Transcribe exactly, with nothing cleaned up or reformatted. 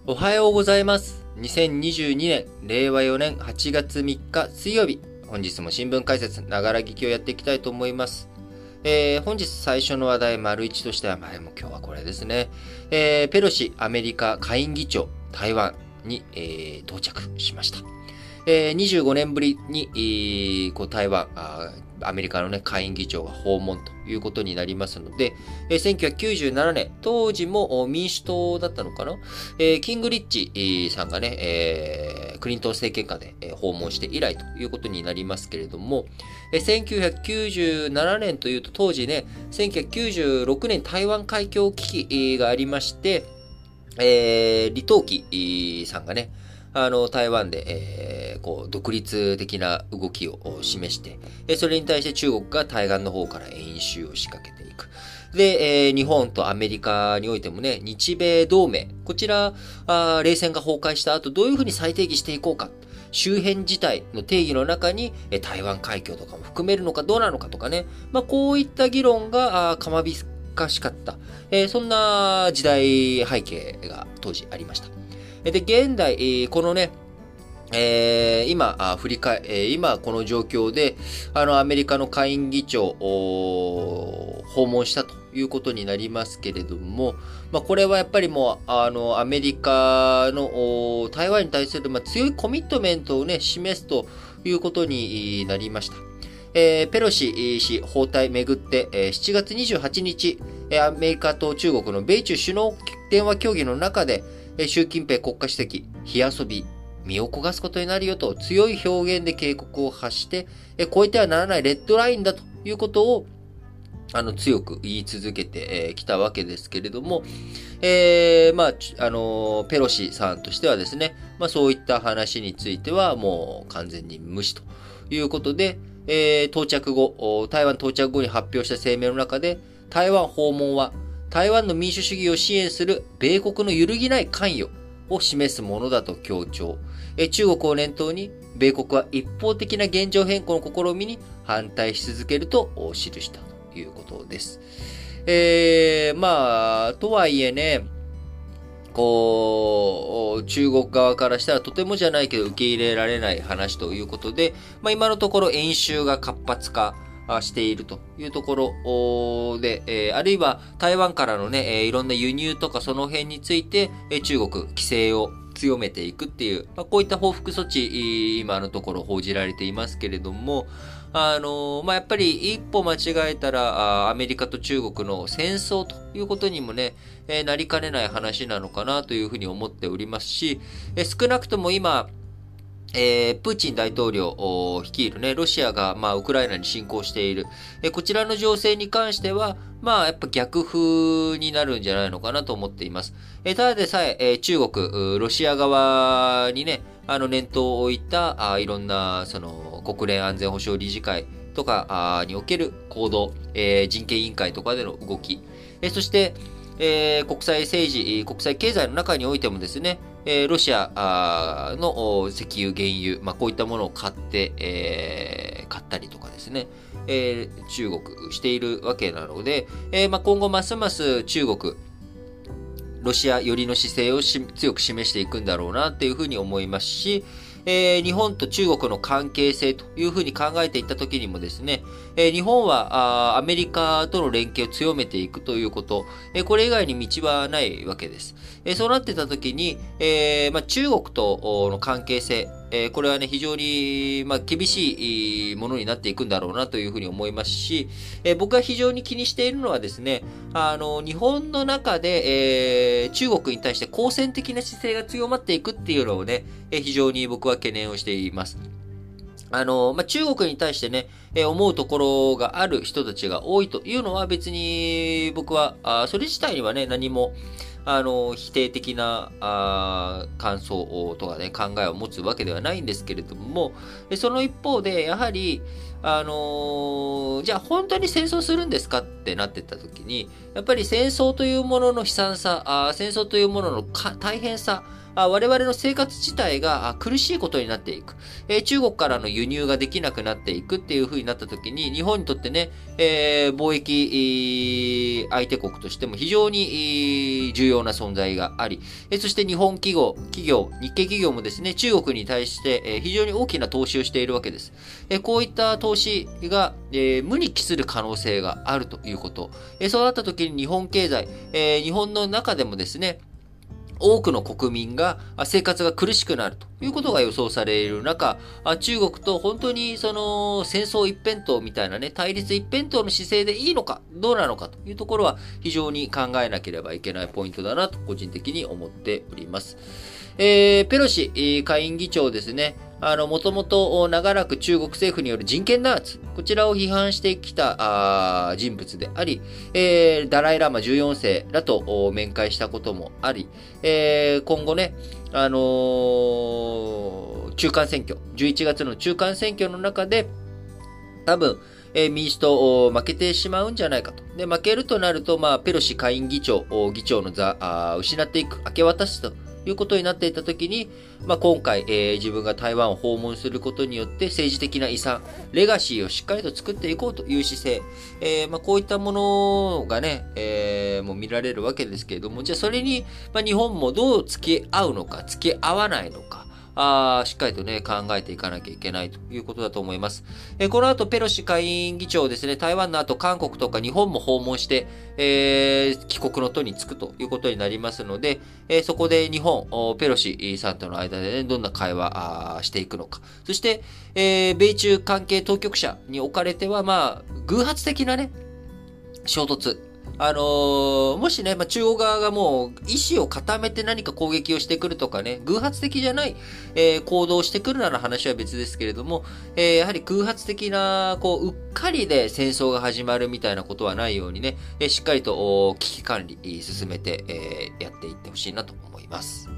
おはようございます。にせんにじゅうにねん、れいわよねんはちがつみっか水曜日。本日も新聞解説、ながら聞きをやっていきたいと思います。えー、本日最初の話題、丸一としては、まあ、もう今日はこれですね。えー、ペロシ、アメリカ下院議長、台湾に、えー、到着しました。えー、にじゅうごねんぶりに、えー、こう台湾あ、アメリカの、ね、下院議長が訪問ということになりますので、えー、せんきゅうひゃくきゅうじゅうななねん、当時も民主党だったのかな、えー、キングリッチさんがね、えー、クリントン政権下で訪問して以来ということになりますけれども、えー、せんきゅうひゃくきゅうじゅうななねんというと当時ね、せんきゅうひゃくきゅうじゅうろくねん台湾海峡危機がありまして、えー、李登輝さんがね、あの、台湾で、えー、こう、独立的な動きを示して、それに対して中国が対岸の方から演習を仕掛けていく。で、えー、日本とアメリカにおいてもね、日米同盟、こちら、あ冷戦が崩壊した後、どういうふうに再定義していこうか。周辺事態の定義の中に、え台湾海峡とかも含めるのかどうなのかとかね、まあ、こういった議論が、あかまびかしかった、えー、そんな時代背景が当時ありました。で、現代、このね、えー、今、振り返、今この状況で、あの、アメリカの下院議長を訪問したということになりますけれども、まあ、これはやっぱりもう、あの、アメリカの台湾に対する、まあ、強いコミットメントをね、示すということになりました。えー、ペロシ氏訪台めぐって、えー、しちがつにじゅうはちにち、アメリカと中国の米中首脳電話協議の中で、習近平国家主席、火遊び、身を焦がすことになるよと強い表現で警告を発して、超えてはならないレッドラインだということを、あの、強く言い続けてきたわけですけれども、えー、まあ、あの、ペロシさんとしてはですね、まあそういった話についてはもう完全に無視ということで、えー、到着後、台湾到着後に発表した声明の中で、台湾訪問は、台湾の民主主義を支援する米国の揺るぎない関与を示すものだと強調。中国を念頭に、米国は一方的な現状変更の試みに反対し続けると記したということです。えー、まあ、とはいえね、こう、中国側からしたらとてもじゃないけど受け入れられない話ということで、まあ今のところ演習が活発化、しているというところで、えー、あるいは台湾からのね、えー、いろんな輸入とかその辺について、えー、中国規制を強めていくっていう、まあ、こういった報復措置、今のところ報じられていますけれども、あのー、まあ、やっぱり一歩間違えたら、アメリカと中国の戦争ということにもね、えー、なりかねない話なのかなというふうに思っておりますし、えー、少なくとも今、えー、プーチン大統領率いるね、ロシアが、まあ、ウクライナに侵攻している。えー、こちらの情勢に関しては、まあ、やっぱ逆風になるんじゃないのかなと思っています。えー、ただでさえ、えー、中国、ロシア側にね、あの、念頭を置いた、あいろんな、その、国連安全保障理事会とかあにおける行動、えー、人権委員会とかでの動き、えー、そして、えー、国際政治、国際経済の中においてもですね、えー、ロシアの石油、原油、まあ、こういったものを買って、えー、買ったりとかですね、えー、中国しているわけなので、えーまあ、今後ますます中国、ロシア寄りの姿勢を強く示していくんだろうなっていうふうに思いますし、えー、日本と中国の関係性というふうに考えていったときにもですね、えー、日本はあアメリカとの連携を強めていくということ、えー、これ以外に道はないわけです。えー、そうなってたときに、えーまあ、中国との関係性、えー、これはね、非常に、まあ、厳しいものになっていくんだろうなというふうに思いますし、えー、僕が非常に気にしているのはですね、あの、日本の中で、えー、中国に対して好戦的な姿勢が強まっていくっていうのをね、えー、非常に僕は懸念をしています。あの、まあ、中国に対してね、えー、思うところがある人たちが多いというのは別に僕は、あそれ自体にはね、何も、あの、否定的な、あ感想とかね、考えを持つわけではないんですけれども、その一方で、やはり、あのー、じゃあ本当に戦争するんですかってなってった時に、やっぱり戦争というものの悲惨さ、あ戦争というものの大変さ、我々の生活自体が苦しいことになっていく。えー、中国からの輸入ができなくなっていくっていう風になった時に、日本にとってね、えー、貿易、 相手国としても非常に重要な存在があり、そして日本企業、企業、日系企業もですね、中国に対して非常に大きな投資をしているわけです。こういった投資が無に帰する可能性があるということ。そうなった時に日本経済、日本の中でもですね、多くの国民が生活が苦しくなるということが予想される中、中国と本当にその戦争一辺倒みたいなね、対立一辺倒の姿勢でいいのか、どうなのかというところは非常に考えなければいけないポイントだなと個人的に思っております。えー、ペロシ下院議長ですね、あの、もともと長らく中国政府による人権弾圧、こちらを批判してきたあ人物であり、えー、ダライラマじゅうよんせいらと面会したこともあり、えー、今後ね、あのー、中間選挙、じゅういちがつの中間選挙の中で、多分、えー、民主党負けてしまうんじゃないかと。で、負けるとなると、まあ、ペロシ下院議長、議長の座、あ失っていく、明け渡すということになっていたときに、まあ、今回、えー、自分が台湾を訪問することによって政治的な遺産、レガシーをしっかりと作っていこうという姿勢、えーまあ、こういったものがね、えー、もう見られるわけですけれども、じゃあそれに、まあ、日本もどう付き合うのか、付き合わないのか、あしっかりとね、考えていかなきゃいけないということだと思います。えー、この後、ペロシ下院議長ですね、台湾の後、韓国とか日本も訪問して、えー、帰国の途に就くということになりますので、えー、そこで日本、ペロシさんとの間でね、どんな会話していくのか。そして、えー、米中関係当局者におかれては、まあ、偶発的なね、衝突。あのー、もしね、まあ、中国側がもう意思を固めて何か攻撃をしてくるとかね、偶発的じゃない、えー、行動をしてくるなら話は別ですけれども、えー、やはり偶発的な、こう、うっかりで戦争が始まるみたいなことはないようにね、えー、しっかりと危機管理進めて、えー、やっていってほしいなと思います。